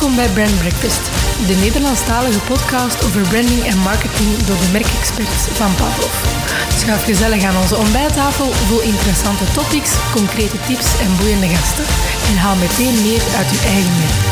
Welkom bij Brand Breakfast, de Nederlandstalige podcast over branding en marketing door de merkexperts van Pavlov. Schuif gezellig aan onze ontbijttafel vol interessante topics, concrete tips en boeiende gasten. En haal meteen meer uit uw eigen merk.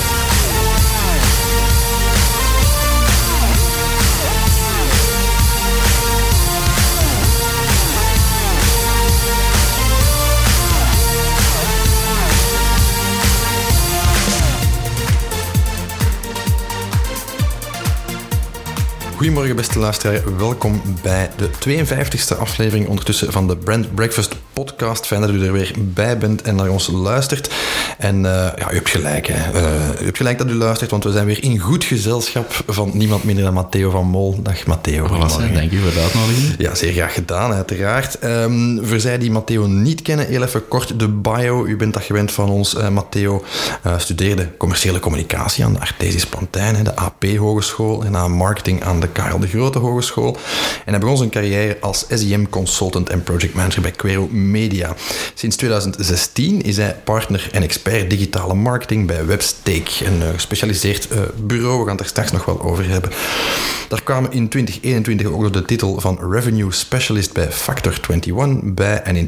Goedemorgen beste luisteraar, welkom bij de 52e aflevering ondertussen van de Brand Breakfast podcast. Fijn dat u er weer bij bent en naar ons luistert. En u hebt gelijk, hè. U hebt gelijk dat u luistert, want we zijn weer in goed gezelschap van niemand minder dan Matteo van Mol. Dag Matteo. Dank u voor de uitnodiging. Ja, zeer graag gedaan, uiteraard. Voor zij die Matteo niet kennen, heel even kort de bio. U bent dat gewend van ons. Matteo studeerde commerciële communicatie aan de Artesisch Plantijn, de AP Hogeschool, en aan marketing aan de Karel de Grote Hogeschool. En hij begon zijn carrière als SEM consultant en project manager bij Quero Media. Sinds 2016 is hij partner en expert digitale marketing bij Webstake, een gespecialiseerd bureau. We gaan het er straks nog wel over hebben. Daar kwamen in 2021 ook nog de titel van Revenue Specialist bij Factor 21 bij. En in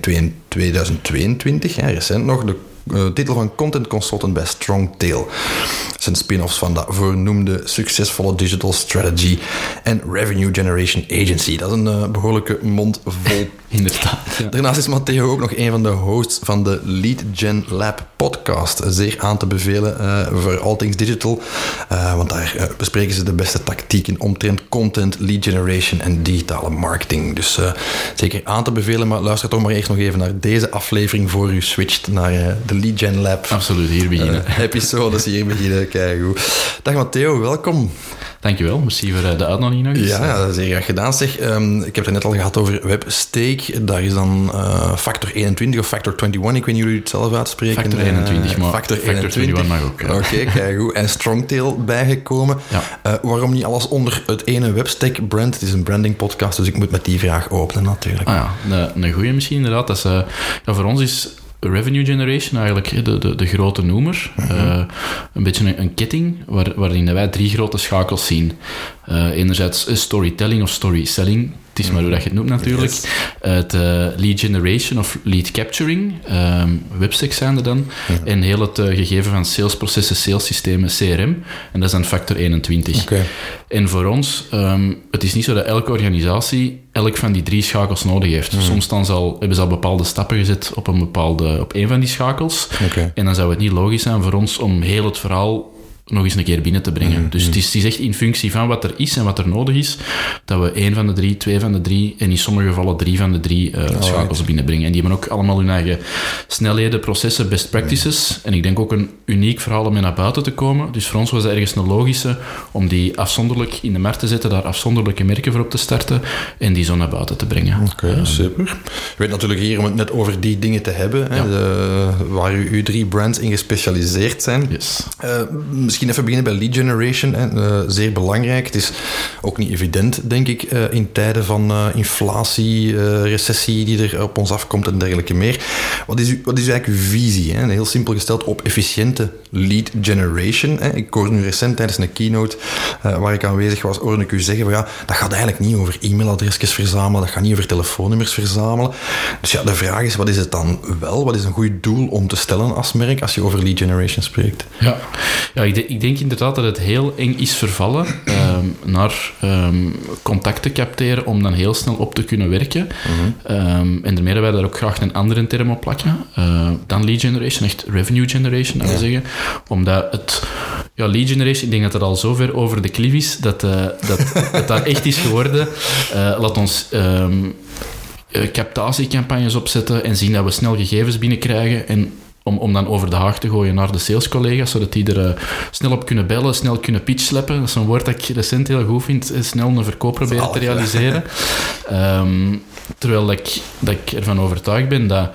2022, recent nog, de titel van Content Consultant bij Strongtail. Zijn spin-offs van dat voornoemde succesvolle digital strategy en revenue generation agency. Dat is een behoorlijke mond vol. Inderdaad. Ja. Daarnaast is Matteo ook nog een van de hosts van de Lead Gen Lab podcast. Zeer aan te bevelen voor All Things Digital. Want daar bespreken ze de beste tactieken omtrent content, lead generation en digitale marketing. Dus zeker aan te bevelen, maar luister toch maar eerst nog even naar deze aflevering voor u switcht naar de Lead Gen Lab. Absoluut, hier beginnen. Episodes hier beginnen, keigoed. Dag Matteo, welkom. Dankjewel, merci voor de uitnodiging nog eens. Ja, zeer graag gedaan. Zeg, ik heb het net al gehad over Webstake. Daar is dan Factor 21 of Factor 21, ik weet niet hoe jullie het zelf uitspreken. Factor 21, maar Factor 21 mag ook. Oké, keigoed. En Strongtail bijgekomen. Ja. Waarom niet alles onder het ene Webstake-brand? Het is een branding podcast, dus ik moet met die vraag openen natuurlijk. Een goeie misschien inderdaad. Dat is, voor ons is revenue generation eigenlijk de grote noemer. Een beetje een ketting waarin wij 3 grote schakels zien. Enerzijds storytelling of storyselling. Het is maar hoe dat je het noemt natuurlijk. Yes. Het lead generation of lead capturing. Webstake zijn er dan. En heel het gegeven van salesprocessen, salessystemen, CRM. En dat is dan Factor 21. Okay. En voor ons, het is niet zo dat elke organisatie elk van die 3 schakels nodig heeft. Soms dan hebben ze al bepaalde stappen gezet op een van die schakels. Okay. En dan zou het niet logisch zijn voor ons om heel het verhaal nog eens een keer binnen te brengen. Dus het is echt in functie van wat er is en wat er nodig is, dat we 1 van de 3, 2 van de 3 en in sommige gevallen 3 van de 3 schakels binnenbrengen. En die hebben ook allemaal hun eigen snelheden, processen, best practices. En ik denk ook een uniek verhaal om mee naar buiten te komen. Dus voor ons was het ergens een logische om die afzonderlijk in de markt te zetten, daar afzonderlijke merken voor op te starten en die zo naar buiten te brengen. Oké, super. Je weet natuurlijk hier om het net over die dingen te hebben, hè, waar uw 3 brands in gespecialiseerd zijn. Yes. Misschien even beginnen bij lead generation. Zeer belangrijk. Het is ook niet evident, denk ik, in tijden van inflatie, recessie die er op ons afkomt en dergelijke meer. Wat is eigenlijk uw visie? Hè? Heel simpel gesteld op efficiënte lead generation. Hè? Ik hoorde nu recent tijdens een keynote waar ik aanwezig was, hoorde ik u zeggen van dat gaat eigenlijk niet over e-mailadresjes verzamelen, dat gaat niet over telefoonnummers verzamelen. Dus de vraag is, wat is het dan wel? Wat is een goed doel om te stellen als merk als je over lead generation spreekt? Ja, ik denk inderdaad dat het heel eng is vervallen naar contacten capteren om dan heel snel op te kunnen werken. En daarmee dat wij daar ook graag een andere term op plakken. Dan lead generation, echt revenue generation, dat we zeggen. Omdat lead generation, ik denk dat het al zo ver over de klif is, dat dat echt is geworden. Laat ons captatiecampagnes opzetten en zien dat we snel gegevens binnenkrijgen en om dan over de haag te gooien naar de salescollega's, zodat die er snel op kunnen bellen, snel kunnen pitchslappen. Dat is een woord dat ik recent heel goed vind. Snel een verkoop proberen te realiseren. Terwijl dat ik ervan overtuigd ben dat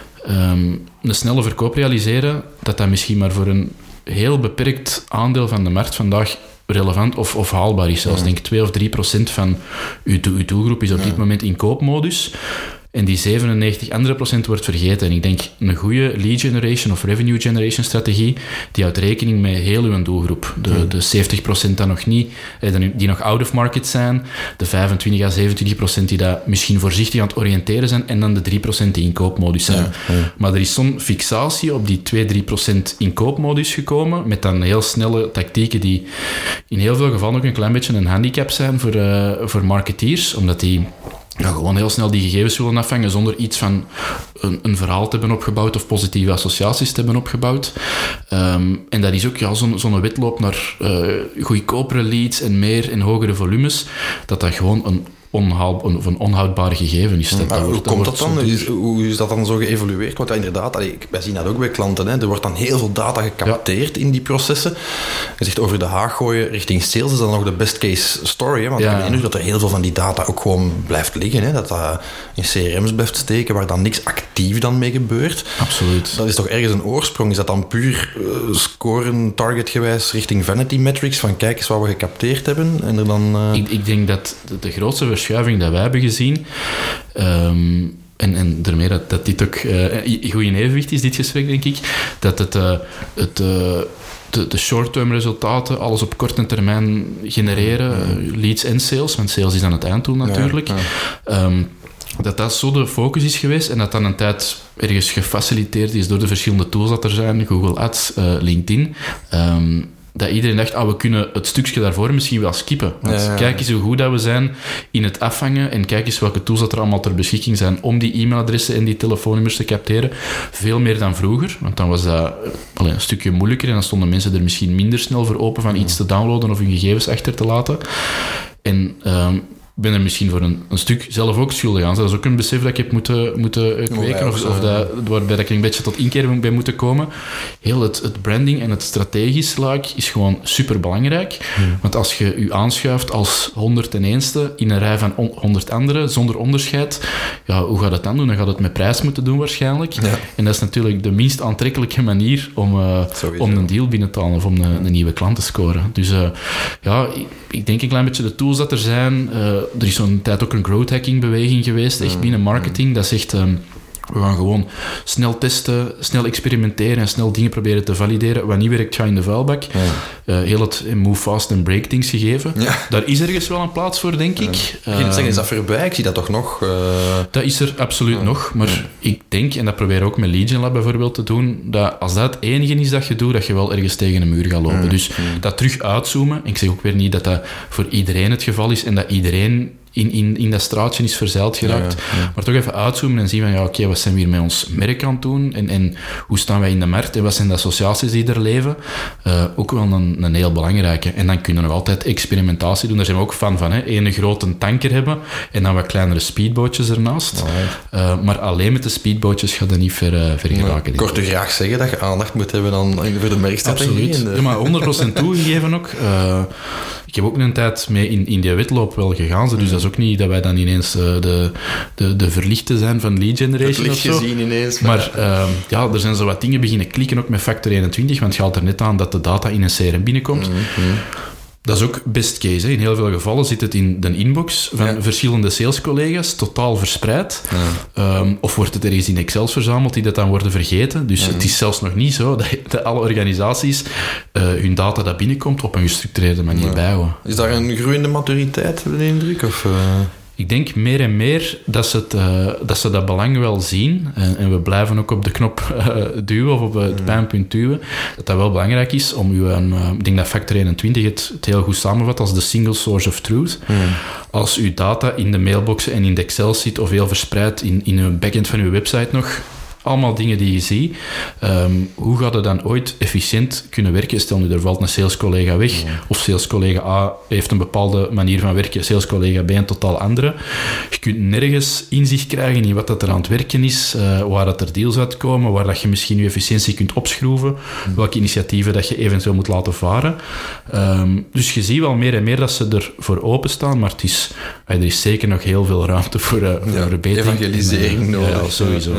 een snelle verkoop realiseren, dat misschien maar voor een heel beperkt aandeel van de markt vandaag relevant of haalbaar is. Zelfs denk 2 of 3% van uw doelgroep is op dit moment in koopmodus. En die 97 andere procent wordt vergeten. En ik denk, een goede lead generation of revenue generation strategie, die houdt rekening met heel uw doelgroep. De 70% dat nog niet, die nog out of market zijn, de 25 à 27% die dat misschien voorzichtig aan het oriënteren zijn, en dan de 3% die in koopmodus zijn. Maar er is zo'n fixatie op die 2-3% in koopmodus gekomen, met dan heel snelle tactieken die in heel veel gevallen ook een klein beetje een handicap zijn voor marketeers, omdat die gewoon heel snel die gegevens willen afvangen zonder iets van een verhaal te hebben opgebouwd of positieve associaties te hebben opgebouwd. En dat is ook zo'n wedloop naar goedkopere leads en meer en hogere volumes, dat gewoon een onhoudbaar gegeven is. Hoe komt dat dan? Hoe is dat dan zo geëvolueerd? Want inderdaad, wij zien dat ook bij klanten. Hè. Er wordt dan heel veel data gecapteerd in die processen. Je zegt over de haag gooien richting sales, is dat nog de best case story. Hè? Want ik heb de indruk dat er heel veel van die data ook gewoon blijft liggen. Hè? Dat dat in CRM's blijft steken, waar dan niks actief dan mee gebeurt. Absoluut. Dat is toch ergens een oorsprong? Is dat dan puur scoren, targetgewijs richting vanity metrics, van kijk eens wat we gecapteerd hebben? En er dan, Ik denk dat de grootste verschuiving dat wij hebben gezien, en daarmee dat dit ook goed in evenwicht is, dit gesprek, denk ik, dat de short-term resultaten, alles op korte termijn genereren, leads en sales, want sales is dan het einddoel natuurlijk, dat zo de focus is geweest en dat dan een tijd ergens gefaciliteerd is door de verschillende tools dat er zijn, Google Ads, LinkedIn, dat iedereen dacht, we kunnen het stukje daarvoor misschien wel skippen. Want kijk eens hoe goed dat we zijn in het afvangen en kijk eens welke tools dat er allemaal ter beschikking zijn om die e-mailadressen en die telefoonnummers te capteren. Veel meer dan vroeger, want dan was dat een stukje moeilijker en dan stonden mensen er misschien minder snel voor open van iets te downloaden of hun gegevens achter te laten. En ben er misschien voor een stuk zelf ook schuldig aan. Dat is ook een besef dat ik heb moeten kweken, of waarbij ik een beetje tot inkeer ben moeten komen. Heel het branding en het strategisch luik is gewoon superbelangrijk. Want als je je aanschuift als 101ste in een rij van 100 anderen, zonder onderscheid, hoe gaat het dan doen? Dan gaat het met prijs moeten doen waarschijnlijk. Ja. En dat is natuurlijk de minst aantrekkelijke manier om een deal binnen te halen of om een nieuwe klant te scoren. Dus ik denk een klein beetje de tools dat er zijn. Er is zo'n tijd ook een growth hacking beweging geweest, echt binnen marketing. Dat zegt, we gaan gewoon snel testen, snel experimenteren en snel dingen proberen te valideren. Wat niet werkt, ga in de vuilbak. Heel het move fast and break things gegeven. Ja. Daar is ergens wel een plaats voor, denk ik. Zeggen, is dat voorbij? Ik zie dat toch nog? Dat is er absoluut nog. Maar ik denk, en dat proberen we ook met Legion Lab bijvoorbeeld te doen, dat als dat het enige is dat je doet, dat je wel ergens tegen een muur gaat lopen. Dus dat terug uitzoomen. Ik zeg ook weer niet dat dat voor iedereen het geval is en dat iedereen in dat straatje is verzeild geraakt. Maar toch even uitzoomen en zien van, wat zijn we hier met ons merk aan het doen? En hoe staan wij in de markt? En wat zijn de associaties die er leven? Ook wel een heel belangrijke. En dan kunnen we nog altijd experimentatie doen. Daar zijn we ook fan van. Een grote tanker hebben en dan wat kleinere speedbootjes ernaast. Maar alleen met de speedbootjes gaat dat niet ver geraken. Ik hoor je graag zeggen dat je aandacht moet hebben voor de merkstrategie. Absoluut. Maar 100% toegegeven ook. Ik heb ook een tijd mee in die wedloop wel gegaan. Dus dat is ook niet dat wij dan ineens de verlichten zijn van lead generation of zo. Gezien ineens. Maar er zijn zo wat dingen beginnen klikken ook met Factor 21, want je haalt er net aan dat de data in een CRM binnenkomt. Dat is ook best case. Hè. In heel veel gevallen zit het in de inbox van verschillende salescollega's, totaal verspreid. Of wordt het ergens in Excels verzameld die dat dan worden vergeten. Dus het is zelfs nog niet zo dat alle organisaties hun data dat binnenkomt op een gestructureerde manier bijhouden. Is daar een groeiende maturiteit, heb je de indruk? Of, Ik denk meer en meer dat ze dat belang wel zien. En we blijven ook op de knop duwen of op het pijnpunt duwen. Dat wel belangrijk is om ik denk dat Factor 21 het heel goed samenvat als de single source of truth. Als uw data in de mailboxen en in de Excel zit of heel verspreid in uw backend van uw website nog, allemaal dingen die je ziet. Hoe gaat het dan ooit efficiënt kunnen werken? Stel nu, er valt een salescollega weg, of salescollega A heeft een bepaalde manier van werken, salescollega B een totaal andere. Je kunt nergens inzicht krijgen in wat dat er aan het werken is, waar dat er deals uitkomen, waar dat je misschien je efficiëntie kunt opschroeven, welke initiatieven dat je eventueel moet laten varen. Dus je ziet wel meer en meer dat ze ervoor openstaan, maar er is zeker nog heel veel ruimte voor verbetering. Evangelisering nodig. Ja, sowieso.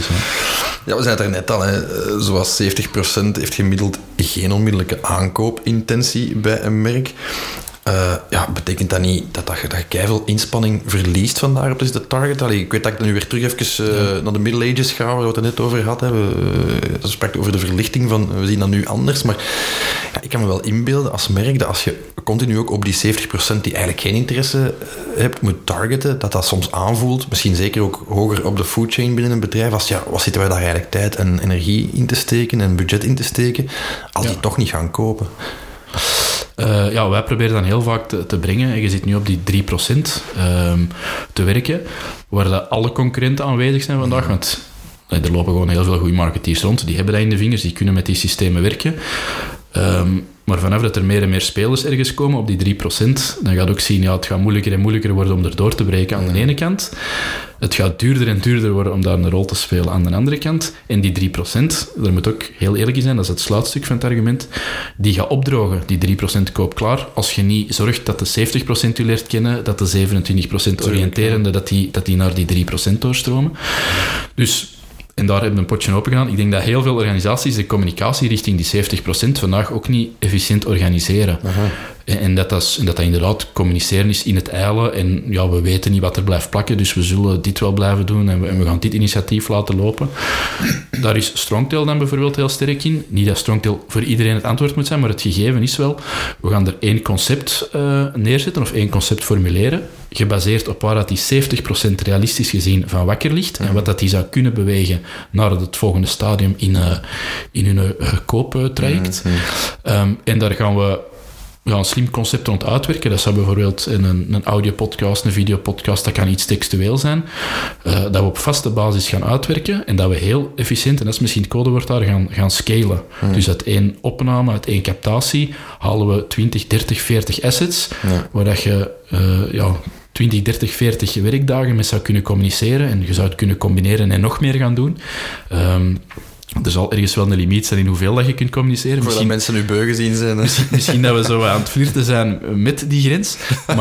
Ja, we zeiden het er net al, zoals 70% heeft gemiddeld geen onmiddellijke aankoopintentie bij een merk. betekent dat niet dat je keiveel inspanning verliest vandaar op de target? Ik weet dat ik nu weer terug even naar de Middle Ages ga, waar we het er net over hadden. We spraken over de verlichting van, we zien dat nu anders, maar ik kan me wel inbeelden als merk dat als je continu ook op die 70% die eigenlijk geen interesse hebt, moet targeten, dat soms aanvoelt, misschien zeker ook hoger op de foodchain binnen een bedrijf, wat zitten wij daar eigenlijk tijd en energie in te steken en budget in te steken, als die toch niet gaan kopen? Wij proberen dan heel vaak te brengen, en je zit nu op die 3% te werken, waar dat alle concurrenten aanwezig zijn vandaag, want er lopen gewoon heel veel goede marketeers rond, die hebben dat in de vingers, die kunnen met die systemen werken. Maar vanaf dat er meer en meer spelers ergens komen op die 3%, dan gaat ook zien, het gaat moeilijker en moeilijker worden om erdoor te breken aan de ene kant. Het gaat duurder en duurder worden om daar een rol te spelen aan de andere kant. En die 3%, daar moet ook heel eerlijk in zijn, dat is het sluitstuk van het argument, die gaat opdrogen. Die 3% koop klaar. Als je niet zorgt dat de 70% u leert kennen, dat de 27% oriënterende, dat die naar die 3% doorstromen. Dus... En daar hebben we een potje open gedaan. Ik denk dat heel veel organisaties de communicatie richting die 70% vandaag ook niet efficiënt organiseren. En dat inderdaad communiceren is in het eilen. En we weten niet wat er blijft plakken, dus we zullen dit wel blijven doen en we gaan dit initiatief laten lopen. Daar is Strongtail dan bijvoorbeeld heel sterk in. Niet dat Strongtail voor iedereen het antwoord moet zijn, maar het gegeven is wel, we gaan er 1 concept neerzetten of 1 concept formuleren, gebaseerd op waar dat die 70% realistisch gezien van wakker ligt en wat dat die zou kunnen bewegen naar het volgende stadium in hun kooptraject. En daar gaan we een slim concept rond uitwerken. Dat zou bijvoorbeeld een audiopodcast, een videopodcast, dat kan iets textueel zijn, dat we op vaste basis gaan uitwerken en dat we heel efficiënt, en dat is misschien het codewoord daar, gaan scalen. Dus uit 1 opname, uit 1 captatie, halen we 20, 30, 40 assets, waar dat je 20, 30, 40 werkdagen mee zou kunnen communiceren en je zou het kunnen combineren en nog meer gaan doen. Er zal ergens wel een limiet zijn in hoeveel dat je kunt communiceren. Voordat mensen nu beu gezien zijn. Misschien dat we zo aan het flirten zijn met die grens.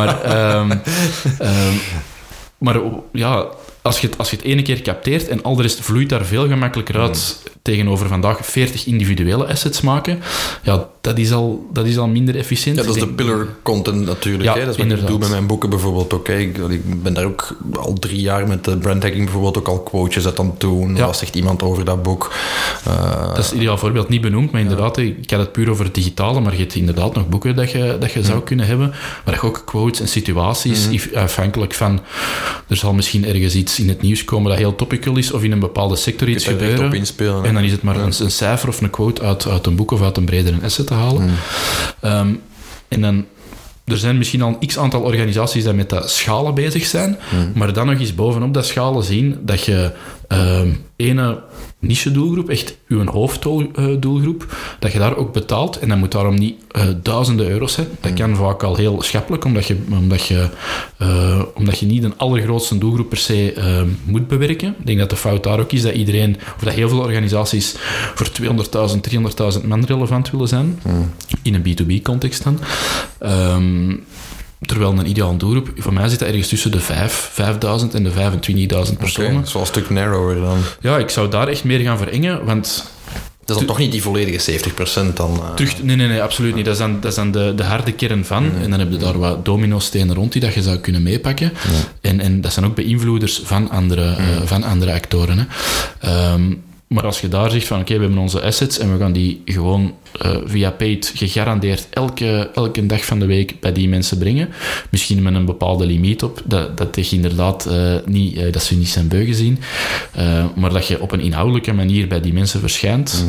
Maar als je het ene keer capteert en al de rest vloeit daar veel gemakkelijker uit tegenover vandaag 40 individuele assets maken, dat is al minder efficiënt. Ja, dat is de pillar content natuurlijk. Dat is wat inderdaad. Ik doe met mijn boeken bijvoorbeeld ook. Ik ben daar ook al 3 jaar met de brandhacking bijvoorbeeld ook al quotejes uit aan het doen. Wat zegt iemand over dat boek? Dat is een ideaal voorbeeld, niet benoemd, maar inderdaad, ik had het puur over het digitale, maar je hebt inderdaad nog boeken dat je zou kunnen hebben, waar je ook quotes en situaties, afhankelijk van, er zal misschien ergens iets in het nieuws komen dat heel topical is, of in een bepaalde sector iets gebeuren. Op inspelen, en dan is het maar een cijfer of een quote uit een boek of uit een bredere asset te halen. En dan, er zijn misschien al een x-aantal organisaties die met dat schalen bezig zijn, maar dan nog eens bovenop dat schalen zien dat je ene niche-doelgroep, echt uw hoofddoelgroep, dat je daar ook betaalt. En dat moet daarom niet duizenden euro's zijn. Dat kan vaak al heel schappelijk, omdat je niet een allergrootste doelgroep per se moet bewerken. Ik denk dat de fout daar ook is dat iedereen, of dat heel veel organisaties voor 200.000, 300.000 man relevant willen zijn. In een B2B-context dan. Terwijl een ideale doelgroep, voor mij zit dat ergens tussen de 5.000 en de 25.000 personen. Dat is wel een stuk narrower dan. Ja, ik zou daar echt meer gaan verengen, want... Dat is dan toch niet die volledige 70% dan? Nee, absoluut niet. Dat is dan de harde kern van. En dan heb je daar wat domino-stenen rond die dat je zou kunnen meepakken. En dat zijn ook beïnvloeders van andere actoren. Hè. Maar als je daar zegt van oké, we hebben onze assets en we gaan die gewoon via paid gegarandeerd elke dag van de week bij die mensen brengen, misschien met een bepaalde limiet op, dat je inderdaad niet, dat ze niet zijn beu gezien, maar dat je op een inhoudelijke manier bij die mensen verschijnt,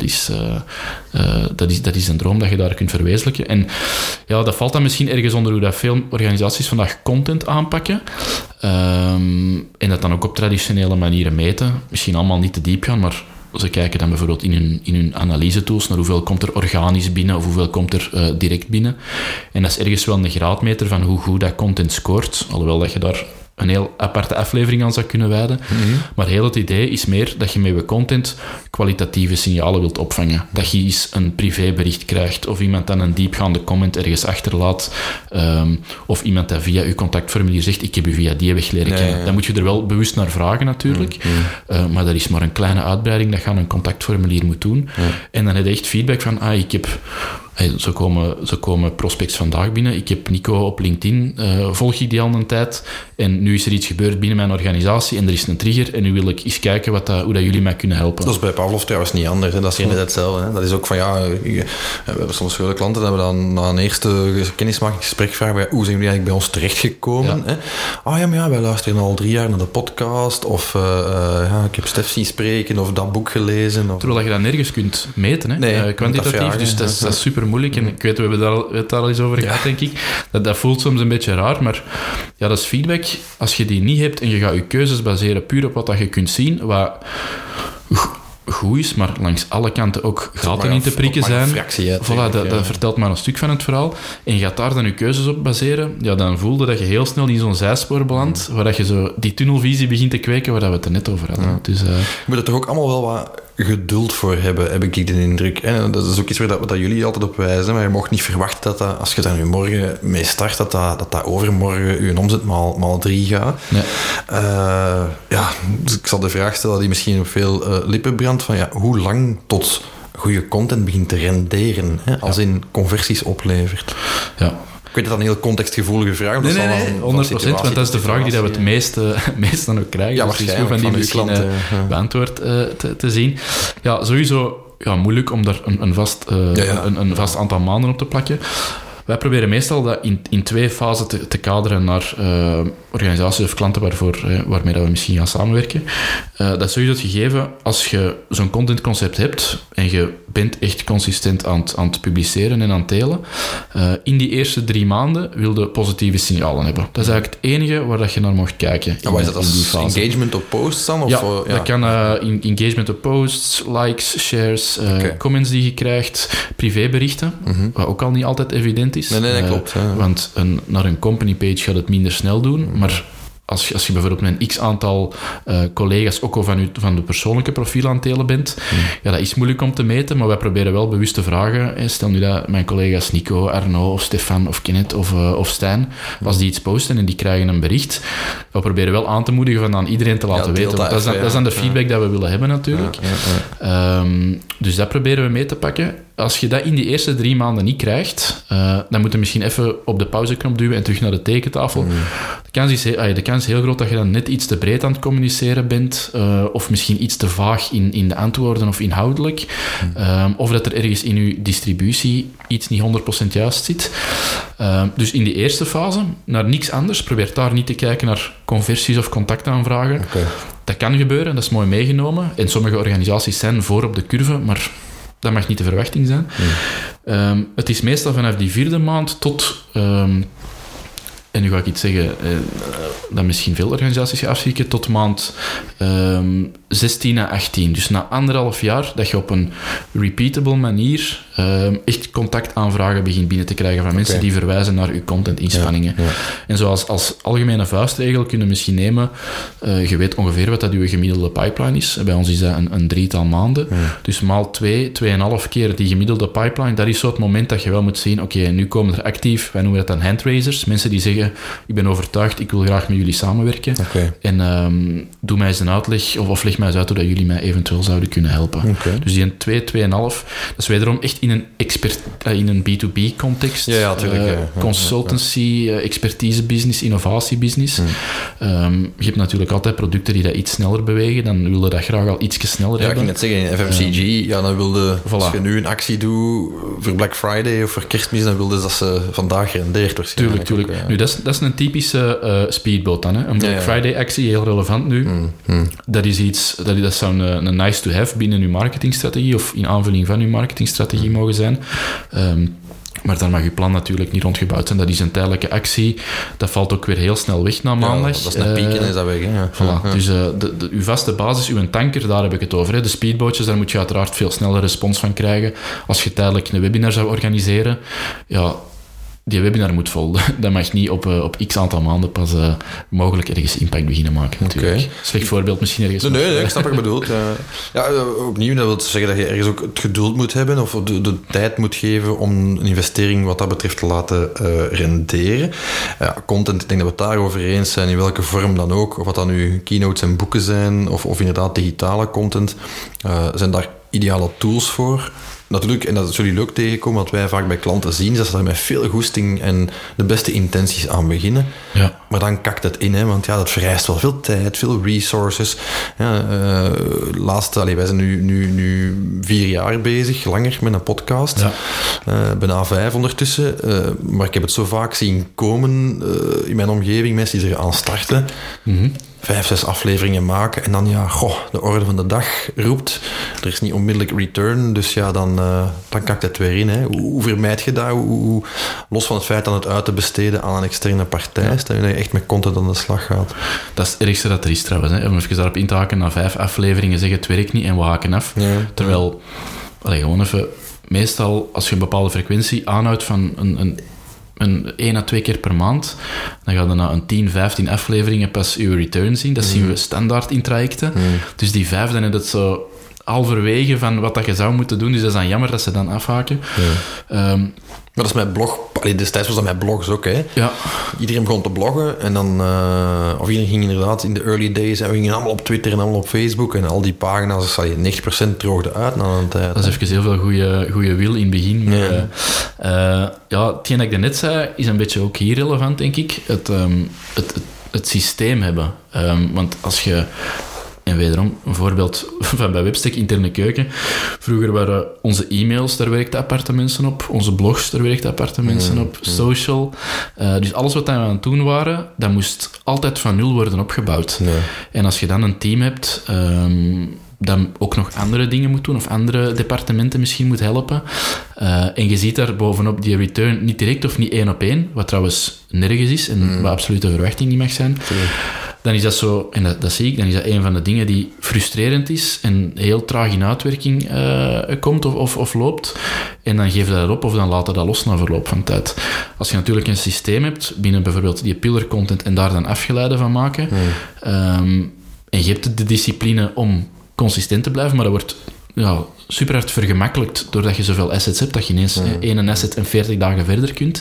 dat is een droom dat je daar kunt verwezenlijken. En ja, dat valt dan misschien ergens onder hoe dat veel organisaties vandaag content aanpakken. En dat dan ook op traditionele manieren meten. Misschien allemaal niet te diep gaan, maar ze kijken dan bijvoorbeeld in hun analyse-tools naar hoeveel komt er organisch binnen of hoeveel komt er direct binnen. En dat is ergens wel een graadmeter van hoe goed dat content scoort. Alhoewel dat je daar een heel aparte aflevering aan zou kunnen wijden. Maar heel het idee is meer dat je met je content kwalitatieve signalen wilt opvangen. Dat je eens een privébericht krijgt, of iemand dan een diepgaande comment ergens achterlaat, of iemand dat via je contactformulier zegt, ik heb u via die weg leren kennen. Dan moet je er wel bewust naar vragen natuurlijk, maar dat is maar een kleine uitbreiding dat je aan een contactformulier moet doen. En dan heb je echt feedback van, ik heb Zo komen prospects vandaag binnen. Ik heb Nico op LinkedIn, volg ik die al een tijd. En nu is er iets gebeurd binnen mijn organisatie en er is een trigger. En nu wil ik eens kijken hoe dat jullie mij kunnen helpen. Dat is bij Pavlov trouwens niet anders. Hè. Dat is niet hetzelfde. Hè. Dat is ook van, we hebben soms veel klanten dat we dan na een eerste kennismakingsgesprek vragen, hoe zijn jullie eigenlijk bij ons terechtgekomen? Ja. Hè? Ja, wij luisteren al 3 jaar naar de podcast. Of ik heb Stef zien spreken of dat boek gelezen. Of... Terwijl je dat nergens kunt meten, hè? Kwantitatief. Dus dat is super moeilijk. En ik weet, we hebben het daar al eens over gehad, denk ik. Dat voelt soms een beetje raar, maar ja, dat is feedback. Als je die niet hebt en je gaat je keuzes baseren puur op wat dat je kunt zien, wat goed is, maar langs alle kanten ook gaten in te prikken zijn. Dat vertelt maar een stuk van het verhaal. En je gaat daar dan je keuzes op baseren, ja, dan voelde dat je heel snel in zo'n zijspoor belandt, waar dat je zo die tunnelvisie begint te kweken, waar we het er net over hadden. Ja. Dus, je moet er toch ook allemaal wel wat geduld voor hebben, heb ik de indruk. En dat is ook iets waar dat jullie altijd op wijzen, maar je mag niet verwachten dat als je daar nu morgen mee start, dat overmorgen je omzet maal 3 gaat. Nee. Dus ik zal de vraag stellen die misschien op veel lippen brandt, van hoe lang tot goede content begint te renderen, hè, als in conversies oplevert. Ja. Ik weet dat een heel contextgevoelige vraag is. Nee, 100%, want dat is de vraag die we het meest dan ook krijgen. Ja, dus het is goed van die misschien beantwoord te zien. Ja, sowieso moeilijk om daar een vast aantal maanden op te plakken. Wij proberen meestal dat in 2 fasen te kaderen naar organisaties of klanten waarmee dat we misschien gaan samenwerken. Dat is sowieso het gegeven, als je zo'n contentconcept hebt en je bent echt consistent aan het publiceren en aan het delen, in die eerste 3 maanden wil je positieve signalen hebben. Dat is eigenlijk het enige waar dat je naar mocht kijken. Wat is dat als engagement op posts dan? Dat kan engagement op posts, likes, shares, comments die je krijgt, privéberichten, wat ook al niet altijd evident is. Nee, klopt. Want naar een company page gaat het minder snel doen, maar als je bijvoorbeeld met een x-aantal collega's ook al van de persoonlijke profiel aan het delen bent, dat is moeilijk om te meten, maar wij proberen wel bewust te vragen. Stel nu dat mijn collega's Nico, Arno of Stefan of Kenneth of Stijn, als die iets posten en die krijgen een bericht, we proberen wel aan te moedigen van aan iedereen te laten weten. Want dat is dan de feedback dat we willen hebben natuurlijk. Dus dat proberen we mee te pakken. Als je dat in die eerste 3 maanden niet krijgt, dan moet je misschien even op de pauzeknop duwen en terug naar de tekentafel. De kans is heel groot dat je dan net iets te breed aan het communiceren bent, of misschien iets te vaag in de antwoorden of inhoudelijk, of dat er ergens in je distributie iets niet 100% juist zit. Dus in die eerste fase, naar niks anders, probeer daar niet te kijken naar conversies of contactaanvragen. Okay. Dat kan gebeuren, dat is mooi meegenomen. En sommige organisaties zijn voor op de curve, maar dat mag niet de verwachting zijn. Het is meestal vanaf die 4e maand tot... en nu ga ik iets zeggen dat misschien veel organisaties gaan afschrikken, tot maand 16 à 18. Dus na 1,5 jaar dat je op een repeatable manier echt contactaanvragen begint binnen te krijgen van mensen die verwijzen naar je content-inspanningen. Ja. En zoals als algemene vuistregel kunnen we misschien nemen, je weet ongeveer wat dat je gemiddelde pipeline is. Bij ons is dat een 3-tal maanden. Ja. Dus maal 2,5 keer die gemiddelde pipeline, dat is zo het moment dat je wel moet zien, oké, nu komen er actief, wij noemen dat dan handraisers, mensen die zeggen, ik ben overtuigd, ik wil graag met jullie samenwerken. Okay. En doe mij eens een uitleg, of leg mij eens uit hoe dat jullie mij eventueel zouden kunnen helpen. Okay. Dus die 2,5, dat is wederom echt in een B2B-context. Consultancy, expertise-business, innovatie-business. Je hebt natuurlijk altijd producten die dat iets sneller bewegen, dan wil je dat graag al iets sneller hebben. Ja, ik ging net zeggen, in FMCG, dan wilde, als je nu een actie doet voor Black Friday of voor Kerstmis, dan wilde dat ze vandaag rendeert waarschijnlijk. Tuurlijk. Nu, dat is een typische speedboat dan. Hè? Een Black Friday-actie, heel relevant nu. Dat is iets, dat zou een nice-to-have binnen uw marketingstrategie of in aanvulling van uw marketingstrategie mogen zijn. Maar daar mag je plan natuurlijk niet rondgebouwd zijn. Dat is een tijdelijke actie. Dat valt ook weer heel snel weg na maandag. Dat is een piek en is dat weg. Hè? Voilà. Dus uw vaste basis, uw tanker, daar heb ik het over. Hè. De speedbootjes, daar moet je uiteraard veel sneller respons van krijgen. Als je tijdelijk een webinar zou organiseren, die webinar moet vol. Dat mag niet op x aantal maanden pas mogelijk ergens impact beginnen maken. Natuurlijk. Slecht voorbeeld misschien ergens. Nee, ik snap wat je bedoelt. Opnieuw, dat wil zeggen dat je ergens ook het geduld moet hebben of de tijd moet geven om een investering wat dat betreft te laten renderen. Content, ik denk dat we het daarover eens zijn, in welke vorm dan ook. Of wat dan nu keynotes en boeken zijn, of inderdaad digitale content. Zijn daar ideale tools voor? natuurlijk, en dat zullen jullie ook tegenkomen, wat wij vaak bij klanten zien, is dat ze daar met veel goesting en de beste intenties aan beginnen. Ja. Maar dan kakt het in, hè, want ja, dat vereist wel veel tijd, veel resources. Ja, wij zijn nu 4 jaar bezig, langer, met een podcast. Ja. Bijna 5 ondertussen. Maar ik heb het zo vaak zien komen in mijn omgeving, mensen die er aan starten. 5, 6 afleveringen maken en dan de orde van de dag roept. Er is niet onmiddellijk return, dus ja, dan kakt het weer in. Hè. Hoe vermijd je dat? Hoe, los van het feit dat het uit te besteden aan een externe partij, dat je echt met content aan de slag gaat. Dat is het ergste dat er is trouwens. Hè. Om even daarop in te haken, na 5 afleveringen zeggen het werkt niet en we haken af. Ja. Terwijl, gewoon even, meestal als je een bepaalde frequentie aanhoudt van een 1 à 2 keer per maand, dan ga je na een 10, 15 afleveringen pas je return zien. Dat zien we standaard in trajecten. Dus die 5, dan is het zo halverwege van wat dat je zou moeten doen. Dus dat is dan jammer dat ze dan afhaken. Ja. Maar dat is mijn blog. Destijds was dat mijn blogs ook, hè. Ja. Iedereen begon te bloggen en dan... of iedereen ging inderdaad in de early days en we gingen allemaal op Twitter en allemaal op Facebook en al die pagina's, 90% droogde uit na een tijd. Dat is even heel veel goede wil in het begin. Maar, hetgeen dat ik net zei, is een beetje ook hier relevant, denk ik. Het systeem hebben. Want als je... En wederom, een voorbeeld van bij Webstack, interne keuken. Vroeger waren onze e-mails, daar werkten aparte mensen op. Onze blogs, daar werkten aparte mensen op. Social. Dus alles wat we aan het doen waren, dat moest altijd van nul worden opgebouwd. Nee. En als je dan een team hebt... dan ook nog andere dingen moet doen, of andere departementen misschien moet helpen. En je ziet daar bovenop die return niet direct of niet 1 op 1, wat trouwens nergens is, en wat absoluut de verwachting niet mag zijn. Dan is dat zo, en dat zie ik, dan is dat een van de dingen die frustrerend is en heel traag in uitwerking komt of loopt. En dan geef je dat op of dan laat je dat los na verloop van tijd. Als je natuurlijk een systeem hebt, binnen bijvoorbeeld die pillar content en daar dan afgeleiden van maken, en je hebt de discipline om consistent te blijven, maar dat wordt super hard vergemakkelijkt doordat je zoveel assets hebt, dat je ineens één asset en 40 dagen verder kunt.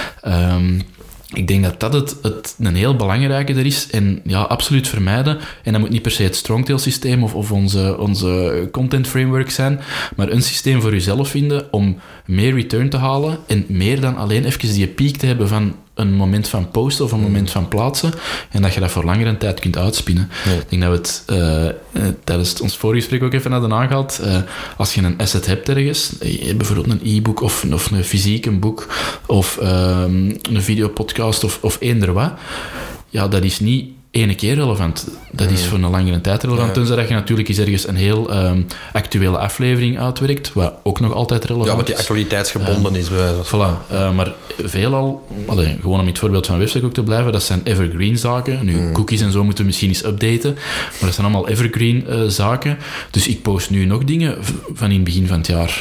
Ik denk dat het een heel belangrijke er is en absoluut vermijden. En dat moet niet per se het Strongtail systeem of onze content framework zijn, maar een systeem voor jezelf vinden om meer return te halen en meer dan alleen even die piek te hebben van een moment van posten of een moment van plaatsen en dat je dat voor langere tijd kunt uitspinnen. Ja. Ik denk dat we het tijdens ons vorige gesprek ook even hadden aangehaald. Als je een asset hebt ergens, bijvoorbeeld een e-book of een fysiek een boek of een videopodcast of eender wat, dat is niet 1 keer relevant. Dat is voor een langere tijd relevant. Tenzij dat je natuurlijk eens ergens een heel actuele aflevering uitwerkt, wat ook nog altijd relevant is. Ja, wat die actualiteitsgebonden is. Voilà. Maar veelal, gewoon om het voorbeeld van Webstack ook te blijven, dat zijn evergreen zaken. Nu, cookies en zo moeten we misschien eens updaten, maar dat zijn allemaal evergreen zaken. Dus ik post nu nog dingen van in het begin van het jaar.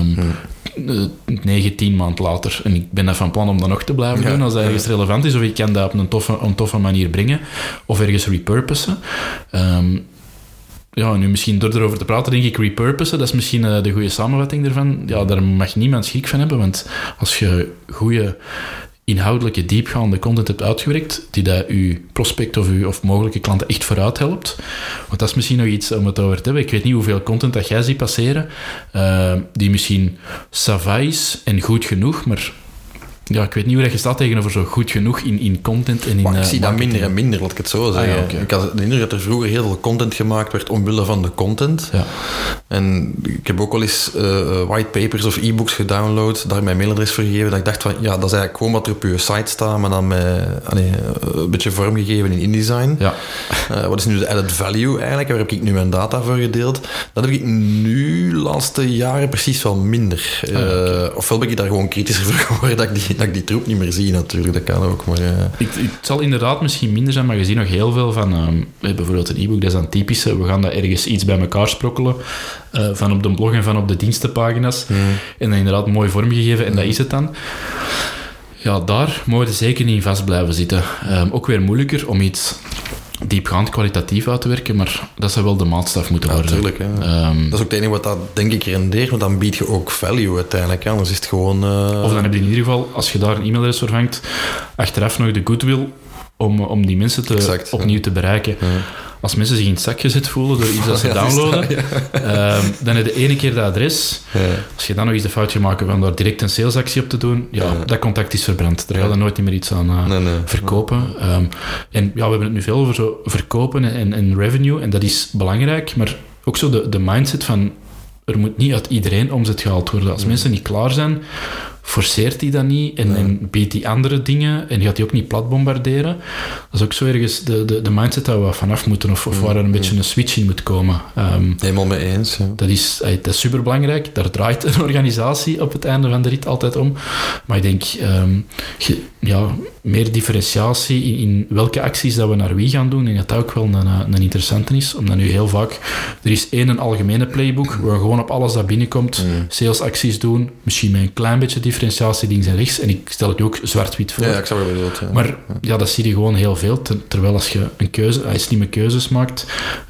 9, 10 maand later. En ik ben dat van plan om dat nog te blijven doen als dat ergens relevant is, of ik kan dat op een toffe manier brengen, of ergens repurposen. Nu misschien door erover te praten, denk ik repurposen, dat is misschien de goede samenvatting ervan. Ja, daar mag niemand schrik van hebben, want als je goede inhoudelijke, diepgaande content hebt uitgewerkt, die dat uw prospect of mogelijke klanten echt vooruit helpt. Want dat is misschien nog iets om het over te hebben. Ik weet niet hoeveel content dat jij ziet passeren, die misschien ça va is en goed genoeg, maar ik weet niet hoe je staat tegenover zo goed genoeg in content en in maar ik zie dat minder en minder, laat ik het zo zeggen. Okay. Ik had de indruk dat er vroeger heel veel content gemaakt werd omwille van de content. Ja. En ik heb ook wel eens whitepapers of e-books gedownload, daar mijn mailadres voor gegeven, dat ik dacht van, dat is eigenlijk gewoon wat er op je site staat, maar dan met een beetje vormgegeven in InDesign. Ja. Wat is nu de added value eigenlijk? Waar heb ik nu mijn data voor gedeeld? Dat heb ik nu de laatste jaren precies wel minder. Ofwel ben ik daar gewoon kritischer voor geworden dat ik die troep niet meer zie natuurlijk, dat kan ook. Maar, Het zal inderdaad misschien minder zijn, maar je ziet nog heel veel van... bijvoorbeeld een e-book, dat is dan typische. We gaan dat ergens iets bij elkaar sprokkelen. Van op de blog en van op de dienstenpagina's. En dan inderdaad mooi vormgegeven. En dat is het dan. Ja, daar mogen we zeker niet in vast blijven zitten. Ook weer moeilijker om iets diepgaand kwalitatief uit te werken, maar dat zou wel de maatstaf moeten worden. Natuurlijk. Dat is ook het enige wat dat, denk ik, rendeert, want dan bied je ook value uiteindelijk. Hè? Anders is het gewoon... Of dan heb je in ieder geval, als je daar een e-mailadres vervangt, achteraf nog de goodwill om die mensen opnieuw te bereiken. Ja. Als mensen zich in het zak gezet voelen door iets dat ze downloaden, dan heb je de ene keer dat adres. Ja. Als je dan nog eens de fout gaat maken van daar direct een salesactie op te doen, dat contact is verbrand. Daar gaat er nooit meer iets aan verkopen. En we hebben het nu veel over zo verkopen en revenue, en dat is belangrijk, maar ook zo de mindset van er moet niet uit iedereen omzet gehaald worden. Als mensen niet klaar zijn, forceert hij dat niet en biedt die andere dingen en gaat hij ook niet plat bombarderen. Dat is ook zo ergens de mindset dat we vanaf moeten of waar er een beetje een switch in moet komen. Helemaal mee eens. Ja. Dat is superbelangrijk. Daar draait een organisatie op het einde van de rit altijd om. Maar ik denk, meer differentiatie in welke acties dat we naar wie gaan doen, en dat ook wel een interessante is, omdat nu heel vaak, er is een algemene playbook, waar we gewoon op alles dat binnenkomt, salesacties doen, misschien met een klein beetje differentiatie links en rechts, en ik stel het ook zwart-wit voor. Ja, ik zou wel bedoeld. Ja. Maar dat zie je gewoon heel veel, terwijl als je slimme keuzes maakt,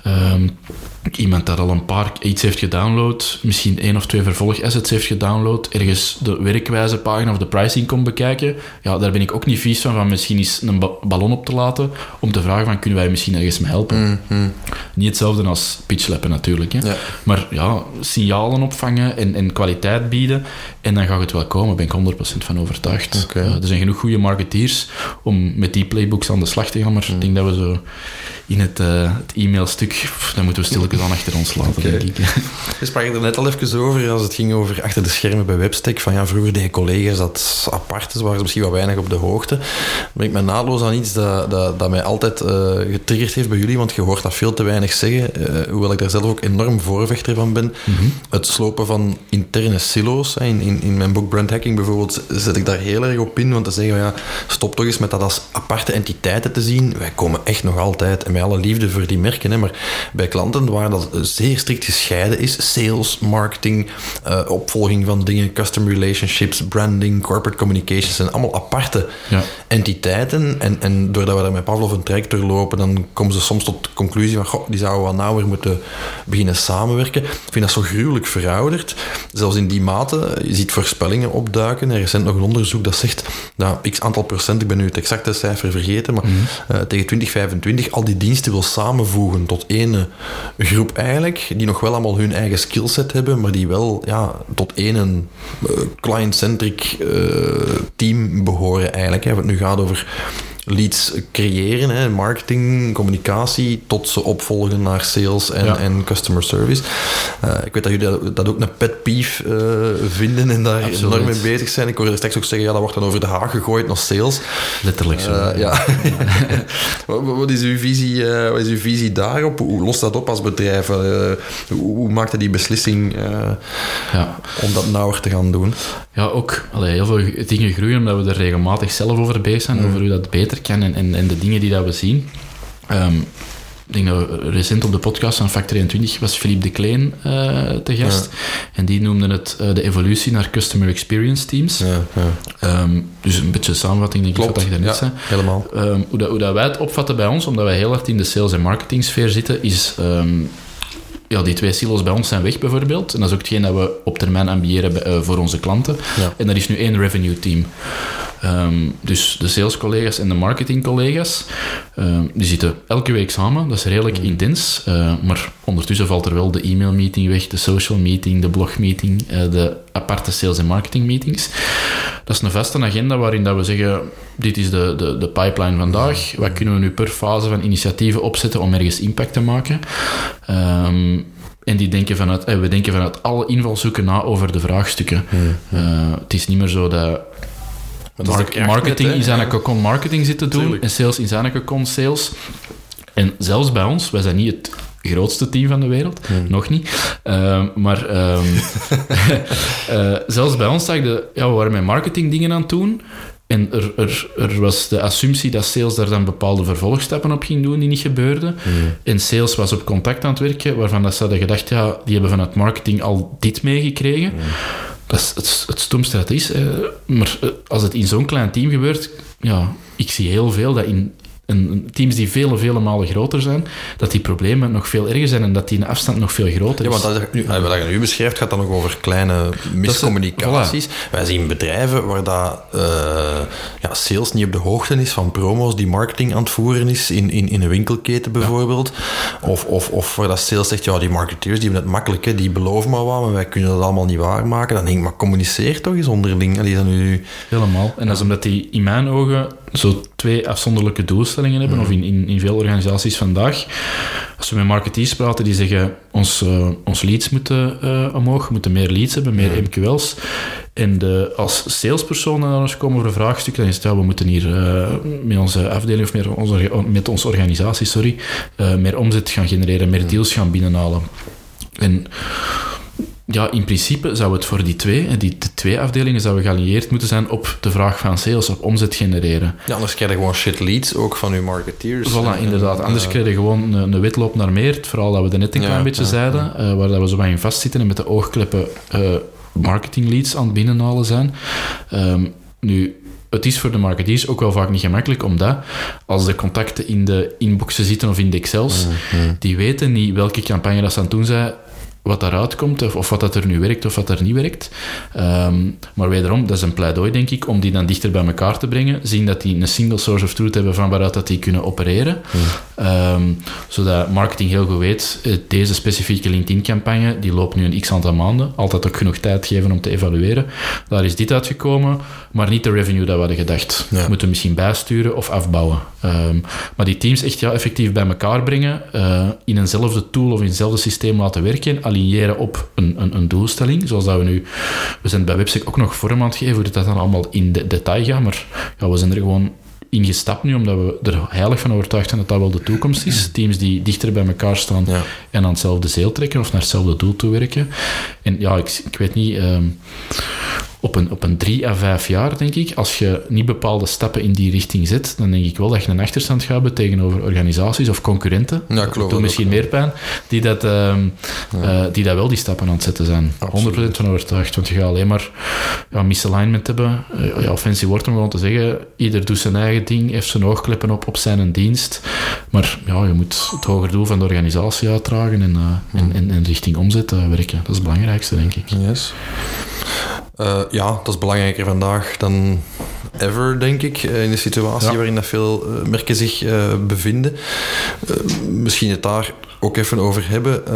iemand dat al een paar iets heeft gedownload, misschien 1 of 2 vervolgassets heeft gedownload, ergens de werkwijzepagina of de pricing komt bekijken, daar ben ik ook niet vies van misschien eens een ballon op te laten, om te vragen van, kunnen wij misschien ergens mee helpen? Niet hetzelfde als pitchlappen natuurlijk, hè. Ja. Maar signalen opvangen en kwaliteit bieden, en dan gaat het wel komen, ben ik 100% van overtuigd. Okay. Er zijn genoeg goede marketeers om met die playbooks aan de slag te gaan, maar ik denk dat we zo in het e-mailstuk, dan moeten we stilletjes aan achter ons laten, denk ik. We spraken er net al even over, als het ging over achter de schermen bij Webstack, van vroeger deden collega's dat apart is, waren ze misschien wat weinig op de hoogte. Maar ik ben naadloos aan iets dat mij altijd getriggerd heeft bij jullie, want je hoort dat veel te weinig zeggen, hoewel ik daar zelf ook enorm voorvechter van ben. Het slopen van interne silo's. In mijn boek Brand Hacking bijvoorbeeld zet ik daar heel erg op in, want te zeggen, stop toch eens met dat als aparte entiteiten te zien. Wij komen echt nog altijd, en met alle liefde voor die merken, maar bij klanten waar dat zeer strikt gescheiden is, sales, marketing, opvolging van dingen, customer relationships, branding, corporate communications, zijn allemaal aparte entiteiten. En doordat we daar met Pavlov een traject doorlopen, dan komen ze soms tot de conclusie van, die zouden wat nauwer moeten beginnen samenwerken. Ik vind dat zo gruwelijk verouderd. Zelfs in die mate, je ziet voorspellingen opduiken. Er is recent nog een onderzoek dat zegt dat x aantal procent, ik ben nu het exacte cijfer vergeten, maar tegen 2025 al die diensten wil samenvoegen tot één groep eigenlijk, die nog wel allemaal hun eigen skillset hebben, maar die wel tot één client-centric team behoren eigenlijk. Wat het nu gaat over leads creëren, marketing, communicatie, tot ze opvolgen naar sales en customer service. Ik weet dat jullie dat ook een pet peeve vinden en daar enorm mee bezig zijn. Ik hoorde er straks ook zeggen, dat wordt dan over de haag gegooid naar sales. Letterlijk zo. Wat is uw visie daarop? Hoe lost dat op als bedrijf? Hoe maakt je die beslissing om dat nauwer te gaan doen? Ja, ook heel veel dingen groeien omdat we er regelmatig zelf over bezig zijn, over hoe dat beter kan en de dingen die dat we zien. Ik denk dat we recent op de podcast van Factor 21 was Philippe de Kleen te gast. En die noemde het de evolutie naar Customer Experience Teams. Dus een beetje samenvatting, denk ik, wat je daarnet zei. Helemaal. Hoe dat wij het opvatten bij ons, omdat wij heel hard in de sales- en marketing sfeer zitten, is die 2 silo's bij ons zijn weg, bijvoorbeeld. En dat is ook hetgeen dat we op termijn ambiëren voor onze klanten. Ja. En dat is nu 1 revenue team. Dus de sales-collega's en de marketing-collega's, die zitten elke week samen. Dat is redelijk intens. Maar ondertussen valt er wel de e-mail-meeting weg, de social-meeting, de blog-meeting, de aparte sales- en marketing-meetings. Dat is een vaste agenda waarin dat we zeggen, dit is de pipeline vandaag. Wat kunnen we nu per fase van initiatieven opzetten om ergens impact te maken? En we denken vanuit alle invalshoeken na over de vraagstukken. Het is niet meer zo dat marketing in zijn cocon marketing zit te doen. Tuurlijk. En sales in zijn cocon sales. En zelfs bij ons, wij zijn niet het grootste team van de wereld, nog niet. Maar zelfs bij ons zag we waren met marketing dingen aan het doen. En er was de assumptie dat sales daar dan bepaalde vervolgstappen op ging doen die niet gebeurden. En sales was op contact aan het werken, waarvan dat ze hadden gedacht, die hebben vanuit marketing al dit meegekregen. Dat is het stomste dat is. Maar als het in zo'n klein team gebeurt, ik zie heel veel dat in teams die vele malen groter zijn, dat die problemen nog veel erger zijn en dat die afstand nog veel groter is. Ja, want wat je nu beschrijft gaat dan nog over kleine miscommunicaties. Voilà. Wij zien bedrijven waar dat, sales niet op de hoogte is van promo's die marketing aan het voeren is in een winkelketen bijvoorbeeld. Ja. Of waar dat sales zegt, ja, die marketeers die hebben het makkelijk, hè, die beloven maar wat, maar wij kunnen dat allemaal niet waarmaken. Dan denk ik, maar communiceer toch eens onderling. Allee, dan nu... Helemaal. En dat is omdat die in mijn ogen zo 2 afzonderlijke doelstellingen hebben, of in veel organisaties vandaag. Als we met marketeers praten, die zeggen, ons leads moeten omhoog, we moeten meer leads hebben, meer MQL's. En als salespersonen naar ons komen voor een vraagstuk, dan is het, we moeten hier met onze afdeling, of met onze organisatie, meer omzet gaan genereren, meer deals gaan binnenhalen. En ja, in principe zou het voor die twee afdelingen zouden geallieerd moeten zijn op de vraag van sales, op omzet genereren. Ja, anders krijg je gewoon shit leads, ook van uw marketeers. Voilà, inderdaad. Anders krijg je gewoon een wedloop naar meer. Het verhaal dat we net een klein beetje zeiden, waar dat we zo bij in vastzitten en met de oogkleppen marketing leads aan het binnenhalen zijn. Nu... Het is voor de marketeers ook wel vaak niet gemakkelijk, omdat als de contacten in de inboxen zitten of in de Excels, die weten niet welke campagne dat ze aan het doen zijn, wat daaruit komt, of wat dat er nu werkt of wat er niet werkt. Maar wederom, dat is een pleidooi, denk ik, om die dan dichter bij elkaar te brengen, zien dat die een single source of truth hebben van waaruit dat die kunnen opereren. Zodat marketing heel goed weet, deze specifieke LinkedIn-campagne, die loopt nu een x-aantal maanden, altijd ook genoeg tijd geven om te evalueren. Daar is dit uitgekomen, maar niet de revenue dat we hadden gedacht. Ja. Moeten we misschien bijsturen of afbouwen. Maar die teams echt effectief bij elkaar brengen, in eenzelfde tool of in hetzelfde systeem laten werken, aligneren op een doelstelling, zoals dat we zijn bij Websec ook nog vorm aan het geven, hoe dat dan allemaal in detail gaat, maar ja, we zijn er gewoon ingestapt nu, omdat we er heilig van overtuigd zijn dat dat wel de toekomst is. Teams die dichter bij elkaar staan en aan hetzelfde zeel trekken of naar hetzelfde doel toe werken. En ja, ik weet niet... Op een 3 à 5 jaar, denk ik, als je niet bepaalde stappen in die richting zet, dan denk ik wel dat je een achterstand gaat hebben tegenover organisaties of concurrenten. Ja, dat doet misschien meer pijn, die dat wel die stappen aan het zetten zijn. Absoluut. 100% van overtuigd, want je gaat alleen maar misalignment hebben. Offensief wordt om gewoon te zeggen, ieder doet zijn eigen ding, heeft zijn oogkleppen op zijn dienst, maar je moet het hoger doel van de organisatie uitdragen en richting omzet werken. Dat is het belangrijkste, denk ik. Yes. Dat is belangrijker vandaag dan ever, denk ik, in de situatie waarin dat veel merken zich bevinden. Misschien het daar ook even over hebben.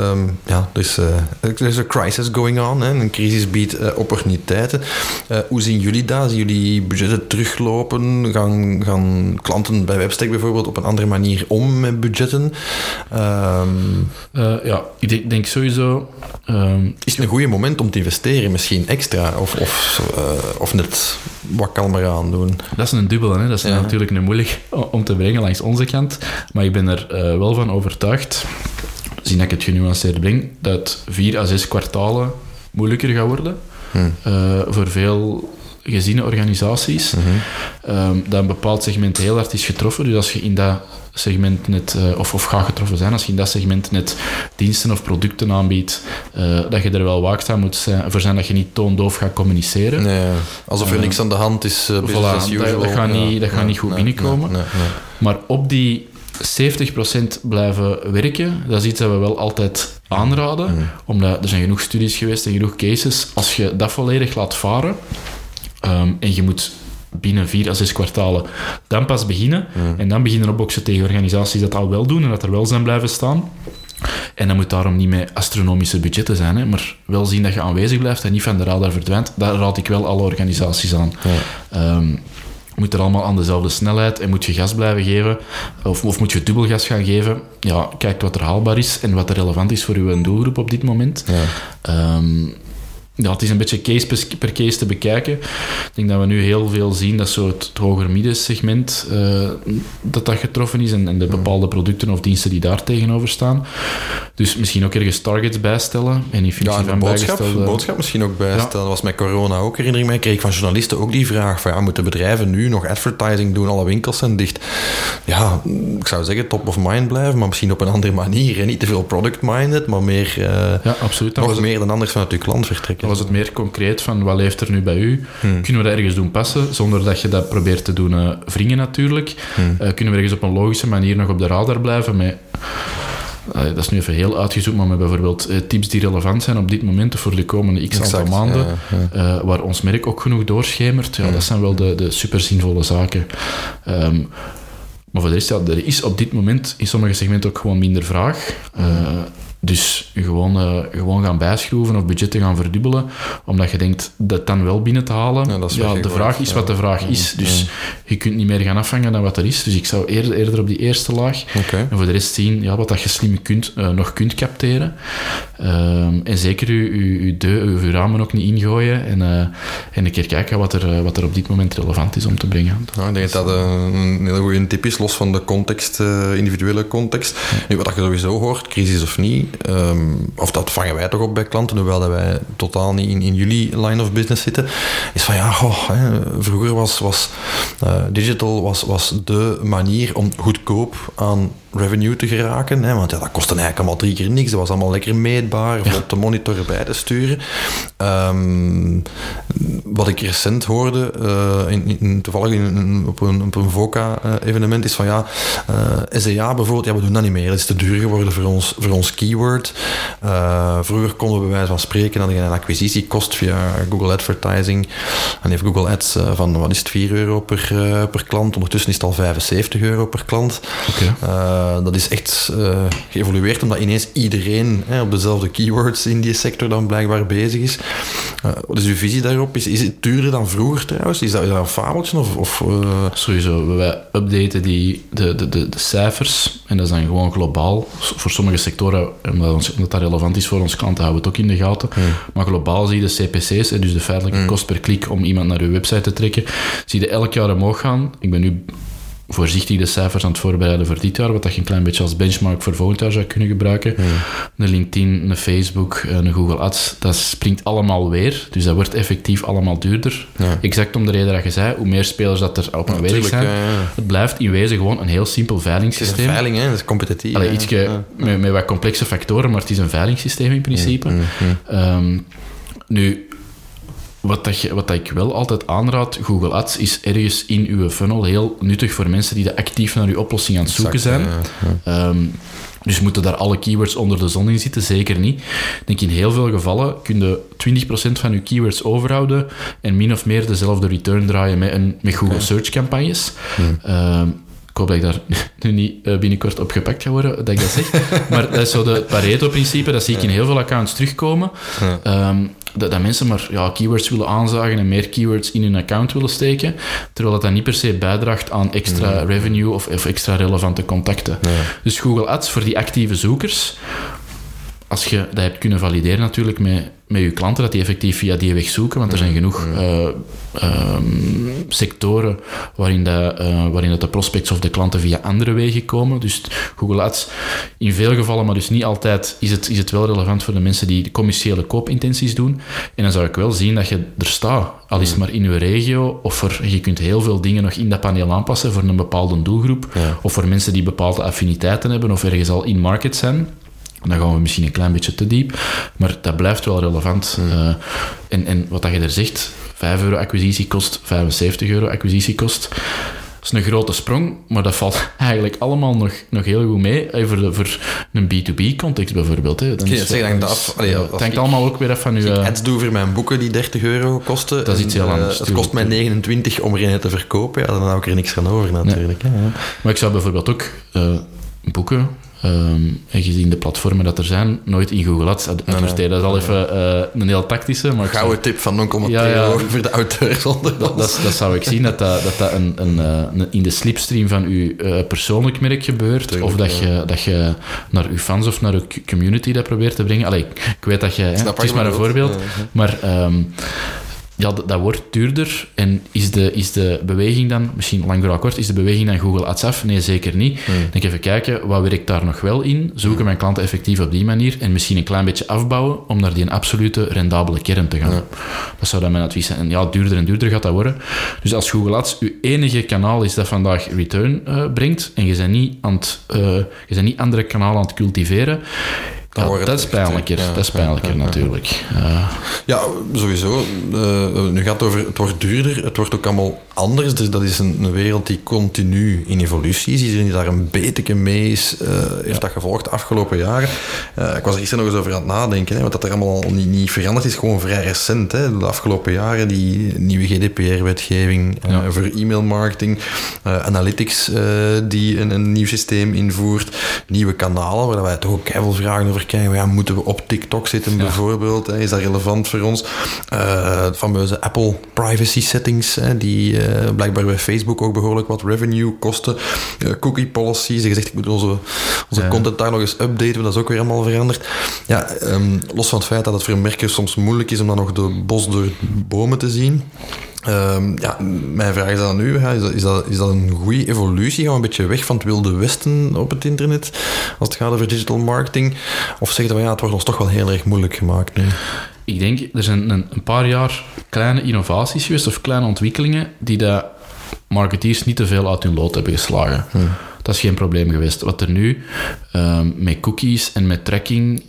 Er is een crisis going on, hè. Een crisis biedt opportuniteiten. Hoe zien jullie dat? Zien jullie budgetten teruglopen? Gaan klanten bij Webstack bijvoorbeeld op een andere manier om met budgetten? Ik denk sowieso... is het een goede moment om te investeren, misschien extra? Of net wat kalmer aan doen? Dat is een dubbele, hè. Dat is natuurlijk een moeilijk om te brengen langs onze kant. Maar ik ben er wel van overtuigd, zien dat ik het genuanceerd breng, dat 4 à 6 kwartalen moeilijker gaat worden. Voor veel geziene organisaties. Dat een bepaald segment heel hard is getroffen. Dus als je in dat segment net, of gaat getroffen zijn, als je in dat segment net diensten of producten aanbiedt, dat je er wel waakzaam moet zijn, voor zijn dat je niet toondoof gaat communiceren. Nee, alsof er niks aan de hand is. Dat gaat niet goed binnenkomen. Nee. Maar op die 70% blijven werken, dat is iets dat we wel altijd aanraden, omdat er zijn genoeg studies geweest en genoeg cases. Als je dat volledig laat varen, en je moet binnen 4 à 6 kwartalen dan pas beginnen, en dan beginnen opboksen tegen organisaties dat al wel doen en dat er wel zijn blijven staan. En dat moet daarom niet met astronomische budgetten zijn, hè, maar wel zien dat je aanwezig blijft en niet van de radar verdwijnt. Daar raad ik wel alle organisaties aan. Moet er allemaal aan dezelfde snelheid en moet je gas blijven geven of moet je dubbel gas gaan geven. Ja, kijk wat er haalbaar is en wat er relevant is voor uw doelgroep op dit moment. Het is een beetje case per case te bekijken. Ik denk dat we nu heel veel zien dat zo het hoger middensegment dat getroffen is en de bepaalde producten of diensten die daar tegenover staan. Dus misschien ook ergens targets bijstellen en in functie van bijgestelde... boodschap misschien ook bijstellen. Dat was met corona ook, herinner ik mij. Kreeg ik van journalisten ook die vraag van moeten bedrijven nu nog advertising doen? Alle winkels zijn dicht. Ja, ik zou zeggen top of mind blijven, maar misschien op een andere manier. Hè. Niet te veel product-minded, maar meer... absoluut. Nog meer dan anders vanuit uw klant vertrekken. was het meer concreet van wat leeft er nu bij u? Kunnen we dat ergens doen passen, zonder dat je dat probeert te doen wringen natuurlijk? Kunnen we ergens op een logische manier nog op de radar blijven met... dat is nu even heel uitgezoomd, maar met bijvoorbeeld tips die relevant zijn op dit moment of voor de komende aantal maanden, waar ons merk ook genoeg doorschemert. Ja, dat zijn wel de super zinvolle zaken. Maar voor de rest, er is op dit moment in sommige segmenten ook gewoon minder vraag. Dus gewoon gaan bijschroeven of budgetten gaan verdubbelen, omdat je denkt dat dan wel binnen te halen. De vraag is wat de vraag is. Dus je kunt niet meer gaan afvangen dan wat er is. Dus ik zou eerder op die eerste laag. En voor de rest zien wat dat je slim nog kunt capteren. En zeker uw ramen ook niet ingooien. En een keer kijken wat er op dit moment relevant is om te brengen. Ik denk dat een hele goede tip is, los van de context, individuele context. Nu, wat je sowieso hoort, crisis of niet, of dat vangen wij toch op bij klanten, hoewel dat wij totaal niet in jullie line of business zitten, is van vroeger was digital was de manier om goedkoop aan revenue te geraken, want dat kostte eigenlijk allemaal 3 keer niks, dat was allemaal lekker meetbaar, vlot te monitoren, bij te sturen. Wat ik recent hoorde, toevallig op een VOCA-evenement, is van SEA bijvoorbeeld, we doen dat niet meer, het is te duur geworden voor ons keyword. Vroeger konden we bij wijze van spreken, hadden je een acquisitiekost via Google Advertising, en heeft Google Ads van, wat is het, €4 per klant, ondertussen is het al €75 per klant. Dat is echt geëvolueerd, omdat ineens iedereen op dezelfde keywords in die sector dan blijkbaar bezig is. Wat is uw visie daarop? Is het duurder dan vroeger trouwens? Is dat een fabeltje? Sowieso. Wij updaten de cijfers, en dat is dan gewoon globaal. Voor sommige sectoren, omdat dat relevant is voor onze klanten, houden we het ook in de gaten. Maar globaal zie je de CPC's, dus de feitelijke kost per klik om iemand naar uw website te trekken, zie je elk jaar omhoog gaan. Ik ben nu voorzichtig de cijfers aan het voorbereiden voor dit jaar, wat dat je een klein beetje als benchmark voor volgend jaar zou kunnen gebruiken. Een LinkedIn, een Facebook, een Google Ads, dat springt allemaal weer. Dus dat wordt effectief allemaal duurder. Exact om de reden dat je zei, hoe meer spelers dat er op aanwezig zijn. Het blijft in wezen gewoon een heel simpel veilingssysteem. Het is een veiling, dat is competitief. Ietsje met wat complexe factoren, maar het is een veilingssysteem in principe. Nu, wat ik wel altijd aanraad, Google Ads is ergens in uw funnel heel nuttig voor mensen die actief naar uw oplossing aan het zoeken zijn. Dus moeten daar alle keywords onder de zon in zitten? Zeker niet. Ik denk in heel veel gevallen kun je 20% van je keywords overhouden en min of meer dezelfde return draaien met Google Search campagnes. Ik hoop dat ik daar nu niet binnenkort op gepakt ga worden, dat ik dat zeg. Maar dat is zo het Pareto-principe, dat zie ik in heel veel accounts terugkomen. Dat mensen maar keywords willen aanzagen en meer keywords in hun account willen steken, terwijl dat niet per se bijdraagt aan extra revenue of extra relevante contacten. Dus Google Ads voor die actieve zoekers, als je dat hebt kunnen valideren natuurlijk met je klanten, dat die effectief via die weg zoeken, want er zijn genoeg sectoren waarin dat de prospects of de klanten via andere wegen komen. Dus Google Ads, in veel gevallen, maar dus niet altijd, is het wel relevant voor de mensen die de commerciële koopintenties doen. En dan zou ik wel zien dat je er staat, al is het maar in je regio, of je kunt heel veel dingen nog in dat paneel aanpassen voor een bepaalde doelgroep, of voor mensen die bepaalde affiniteiten hebben, of ergens al in market zijn. Dan gaan we misschien een klein beetje te diep, maar dat blijft wel relevant. En wat dat je er zegt, €5 acquisitiekost, €75 acquisitiekost, dat is een grote sprong, maar dat valt eigenlijk allemaal nog heel goed mee. Voor een B2B-context bijvoorbeeld. Het hangt allemaal ook weer af van uw... Als ik ads doe voor mijn boeken die €30 kosten, dat is iets heel anders. Het kost mij 29 om er een te verkopen, dan hou ik er niks van over natuurlijk. Nee. Maar ik zou bijvoorbeeld ook boeken... en gezien de platformen dat er zijn, nooit in Google Ads adverteren. Dat is al even een heel tactische. Maar gouden tip van voor de auteurs onder ons. Dat zou ik zien, dat in de slipstream van uw persoonlijk merk gebeurt. Tuurlijk, of dat je naar uw fans of naar uw community dat probeert te brengen. Allee, ik weet dat je... Het is maar een voorbeeld. Maar... dat wordt duurder. En is de beweging dan, misschien lang verhaal kort, is de beweging dan Google Ads af? Nee, zeker niet. Dan even kijken, wat werkt daar nog wel in? Zoeken mijn klanten effectief op die manier en misschien een klein beetje afbouwen om naar die een absolute rendabele kern te gaan. Dat zou dan mijn advies zijn. En duurder en duurder gaat dat worden. Dus als Google Ads uw enige kanaal is dat vandaag return brengt en je bent niet andere kanalen aan het cultiveren, dat is pijnlijker. Dat is pijnlijker natuurlijk. Ja, sowieso. Nu gaat het over, het wordt duurder, het wordt ook allemaal anders. Dus dat is een wereld die continu in evolutie is. Iedereen die daar een beetje mee is, heeft dat gevolgd de afgelopen jaren. Ik was er gisteren nog eens over aan het nadenken, hè, want dat er allemaal niet veranderd is, gewoon vrij recent. Hè. De afgelopen jaren, die nieuwe GDPR-wetgeving voor e-mailmarketing, Analytics die een nieuw systeem invoert, nieuwe kanalen, waar wij toch ook heel veel vragen over krijgen. Ja, moeten we op TikTok zitten bijvoorbeeld? Hè? Is dat relevant voor ons? Het fameuze Apple privacy settings, hè, die blijkbaar bij Facebook ook behoorlijk wat revenue kosten. Cookie policies. Je zegt, ik moet onze content daar nog eens updaten, dat is ook weer allemaal veranderd. Ja, los van het feit dat het voor merken soms moeilijk is om dan nog de bos door bomen te zien. Mijn vraag is dan nu, is dat een goede evolutie? Gaan we een beetje weg van het wilde westen op het internet, als het gaat over digital marketing? Of zeggen we, het wordt ons toch wel heel erg moeilijk gemaakt nu? Ik denk, er zijn een paar jaar kleine innovaties geweest, of kleine ontwikkelingen, die de marketeers niet te veel uit hun lood hebben geslagen. Dat is geen probleem geweest. Wat er nu met cookies en met tracking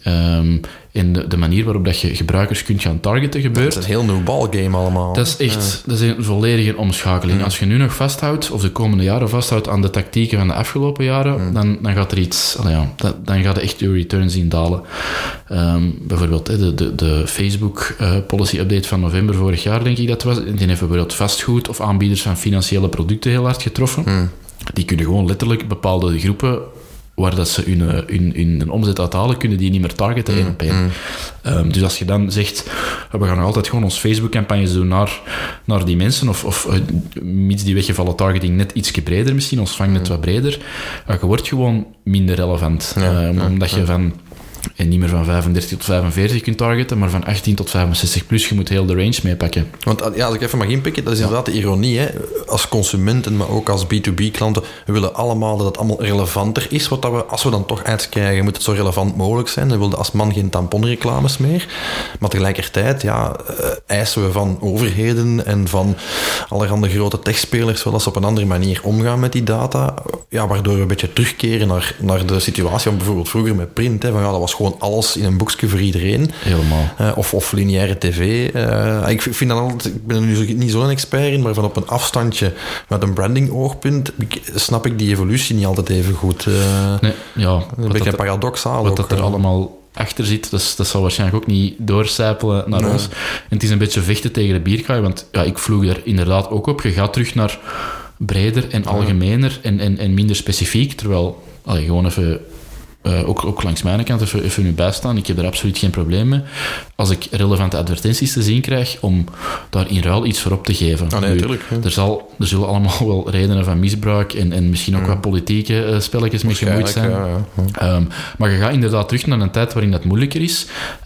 en de manier waarop dat je gebruikers kunt gaan targeten gebeurt... Dat is een heel nieuw balgame allemaal. Dat is echt dat is een volledige omschakeling. Als je nu nog vasthoudt, of de komende jaren vasthoudt aan de tactieken van de afgelopen jaren, dan gaat er iets... Dan gaat er echt je returns in dalen. Bijvoorbeeld de Facebook policy update van november vorig jaar, denk ik dat was. Die heeft bijvoorbeeld vastgoed of aanbieders van financiële producten heel hard getroffen. Die kunnen gewoon letterlijk bepaalde groepen waar dat ze hun omzet uithalen, kunnen die niet meer targeten één op één. Dus als je dan zegt, we gaan nog altijd gewoon ons Facebook-campagnes doen naar die mensen, of mits die weggevallen targeting net ietsje breder misschien, ons vangnet wat breder, je wordt gewoon minder relevant. Omdat je en niet meer van 35 tot 45 kunt targeten, maar van 18 tot 65 plus. Je moet heel de range meepakken. Want als ik even mag inpikken, dat is inderdaad de ironie. Hè? Als consumenten, maar ook als B2B-klanten, we willen allemaal dat het allemaal relevanter is. Als we dan toch ads krijgen, moet het zo relevant mogelijk zijn. Dan willen als man geen tamponreclames meer. Maar tegelijkertijd eisen we van overheden en van allerhande grote techspelers wel eens op een andere manier omgaan met die data. Waardoor we een beetje terugkeren naar de situatie van bijvoorbeeld vroeger met print. Hè? Van, dat was gewoon alles in een boekje voor iedereen. Helemaal. Of lineaire tv. Ik vind dat altijd, ik ben er nu niet zo'n expert in, maar van op een afstandje met een branding oogpunt snap ik die evolutie niet altijd even goed. Een beetje paradoxaal. Wat dat er allemaal achter zit, dat zal waarschijnlijk ook niet doorcijpelen naar ons. En het is een beetje vechten tegen de bierkaai, want ik vloeg er inderdaad ook op. Je gaat terug naar breder en algemener en minder specifiek, terwijl gewoon even... ook langs mijn kant even nu bijstaan. Ik heb er absoluut geen probleem mee. Als ik relevante advertenties te zien krijg, om daar in ruil iets voor op te geven. Tuurlijk. Er zullen allemaal wel redenen van misbruik en misschien ook wat politieke spelletjes mee gemoeid zijn. Maar je gaat inderdaad terug naar een tijd waarin dat moeilijker is.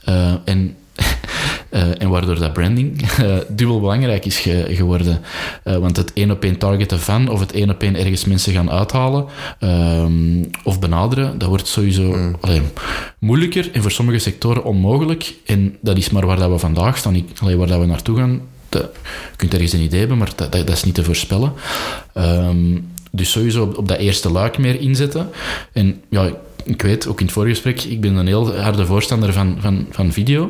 En waardoor dat branding dubbel belangrijk is geworden. Want het 1-op-1 targeten van, of het 1-op-1 ergens mensen gaan uithalen of benaderen, dat wordt sowieso moeilijker en voor sommige sectoren onmogelijk. En dat is maar waar dat we vandaag staan, waar dat we naartoe gaan. Je kunt ergens een idee hebben, maar dat is niet te voorspellen. Dus sowieso op dat eerste luik meer inzetten. En ik weet, ook in het vorige gesprek, ik ben een heel harde voorstander van video.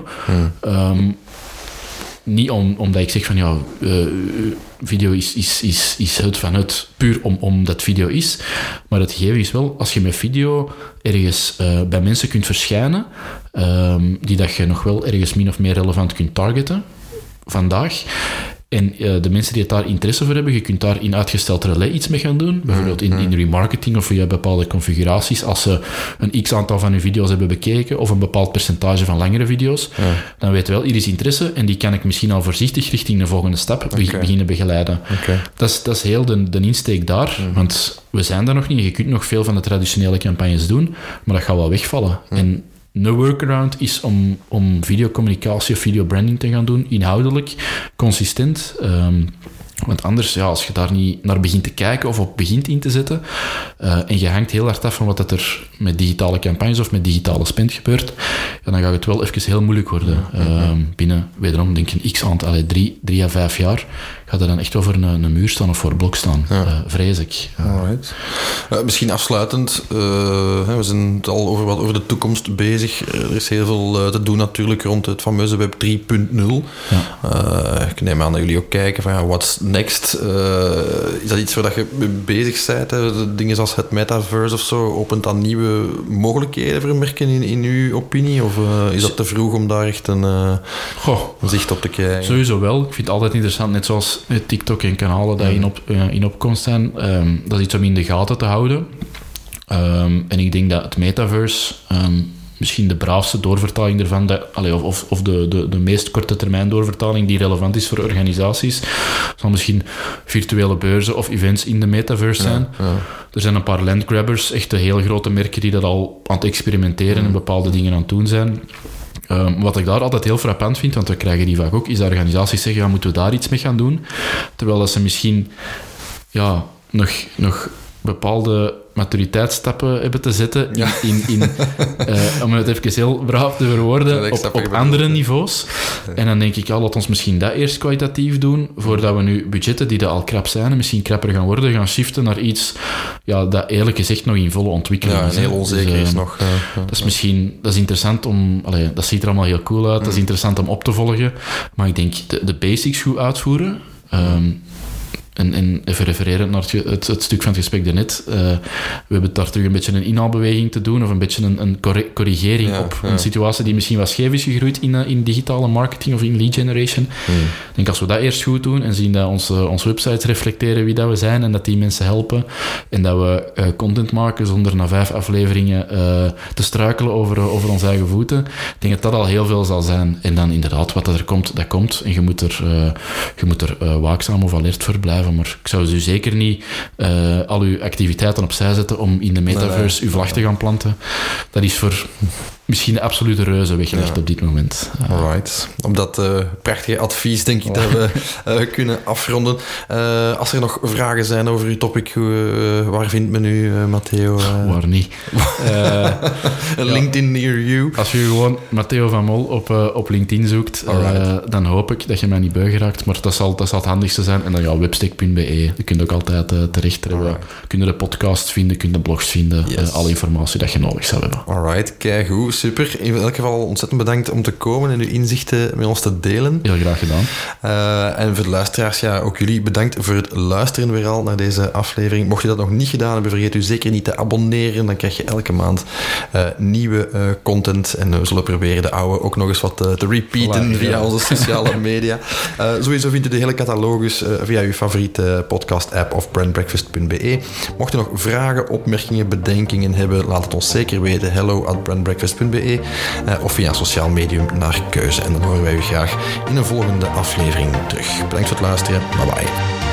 Niet omdat ik zeg van video is het van het puur omdat video is, maar het gegeven is wel, als je met video ergens bij mensen kunt verschijnen, die dat je nog wel ergens min of meer relevant kunt targeten, vandaag. En de mensen die het daar interesse voor hebben, je kunt daar in uitgesteld relais iets mee gaan doen. Bijvoorbeeld in remarketing of via bepaalde configuraties. Als ze een x-aantal van hun video's hebben bekeken of een bepaald percentage van langere video's, dan weten we wel, hier is interesse en die kan ik misschien al voorzichtig richting de volgende stap beginnen begeleiden. Dat is heel de insteek daar, want we zijn daar nog niet. Je kunt nog veel van de traditionele campagnes doen, maar dat gaat wel wegvallen. En een workaround is om videocommunicatie of videobranding te gaan doen, inhoudelijk, consistent. Want anders, als je daar niet naar begint te kijken of op begint in te zetten, en je hangt heel hard af van wat dat er met digitale campagnes of met digitale spend gebeurt, dan gaat het wel even heel moeilijk worden. Binnen, wederom, denk ik, een x-aantal, 3 à 5 jaar, gaat er dan echt over een muur staan of voor een blok staan, vrees ik. Alright. Misschien afsluitend, we zijn al over de toekomst bezig. Er is heel veel te doen natuurlijk rond het fameuze Web 3.0. Ik neem aan dat jullie ook kijken van what's next? Is dat iets waar dat je mee bezig bent? Hè? Dingen zoals het metaverse of zo, opent dat nieuwe mogelijkheden voor merken in uw opinie? Of is dat te vroeg om daar echt een zicht op te krijgen? Sowieso wel. Ik vind het altijd interessant, net zoals TikTok en kanalen die in opkomst zijn. Dat is iets om in de gaten te houden. En ik denk dat het metaverse misschien de braafste doorvertaling ervan, of de meest korte termijn doorvertaling die relevant is voor organisaties, zal misschien virtuele beurzen of events in de metaverse zijn. Ja. Er zijn een paar landgrabbers, echte heel grote merken die dat al aan het experimenteren en bepaalde dingen aan het doen zijn. Wat ik daar altijd heel frappant vind, want we krijgen die vaak ook, is dat organisaties zeggen, moeten we daar iets mee gaan doen? Terwijl dat ze misschien nog bepaalde maturiteitsstappen hebben te zetten om het even heel braaf te verwoorden, op andere niveaus. En dan denk ik, laat ons misschien dat eerst kwalitatief doen, voordat we nu budgetten die er al krap zijn en misschien krapper gaan worden, gaan shiften naar iets dat eerlijk gezegd nog in volle ontwikkeling is. Heel onzeker is nog. Dat is interessant om... dat ziet er allemaal heel cool uit, dat is interessant om op te volgen, maar ik denk, de basics goed uitvoeren... En even refereren naar het stuk van het gesprek daarnet. We hebben daar terug een beetje een inhaalbeweging te doen, of een beetje een corrigering op een situatie die misschien wat scheef is gegroeid in digitale marketing of in lead generation. Ik denk als we dat eerst goed doen en zien dat onze websites reflecteren wie dat we zijn en dat die mensen helpen en dat we content maken zonder na 5 afleveringen te struikelen over onze eigen voeten, ik denk dat dat al heel veel zal zijn. En dan inderdaad, wat er komt, dat komt. En je moet er waakzaam of alert voor blijven. Maar ik zou dus zeker niet al uw activiteiten opzij zetten om in de metaverse uw vlag te gaan planten. Dat is voor misschien de absolute reuze weggelegd op dit moment. Alright. Op dat prachtige advies denk ik dat we kunnen afronden. Als er nog vragen zijn over uw topic, waar vindt men u, Matteo? Waar niet. LinkedIn near you. Als je gewoon Matteo van Mol op LinkedIn zoekt, dan hoop ik dat je mij niet beu geraakt. Maar dat zal het handigste zijn. En dan webstack.be. Je kunt ook altijd terecht hebben. Je kunt de podcast vinden, kun je de blogs vinden. Alle informatie dat je nodig zou hebben. Alright, kijk goed. Super. In elk geval ontzettend bedankt om te komen en uw inzichten met ons te delen. Heel graag gedaan. En voor de luisteraars, ook jullie bedankt voor het luisteren weer al naar deze aflevering. Mocht je dat nog niet gedaan hebben, vergeet u zeker niet te abonneren. Dan krijg je elke maand nieuwe content. En we zullen proberen de oude ook nog eens wat te repeaten via onze sociale media. Sowieso vindt u de hele catalogus via uw favoriete podcast-app of brandbreakfast.be. Mocht u nog vragen, opmerkingen, bedenkingen hebben, laat het ons zeker weten. hello@brandbreakfast.be of via een sociaal medium naar keuze. En dan horen wij u graag in een volgende aflevering terug. Bedankt voor het luisteren. Bye bye.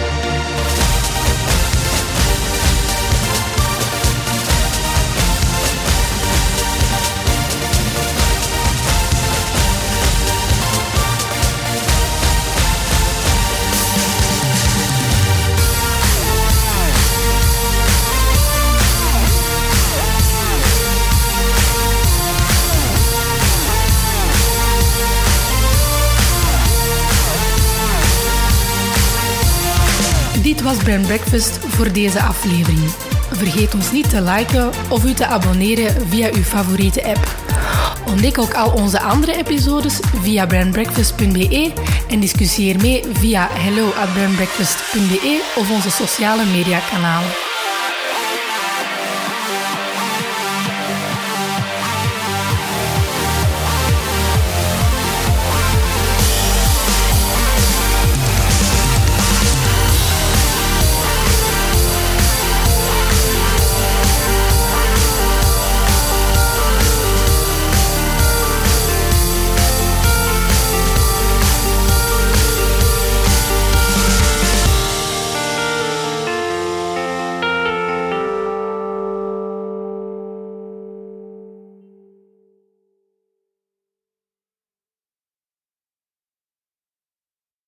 Dit was Brand Breakfast voor deze aflevering. Vergeet ons niet te liken of u te abonneren via uw favoriete app. Ontdek ook al onze andere episodes via brandbreakfast.be en discussieer mee via hello@brandbreakfast.be of onze sociale media kanalen.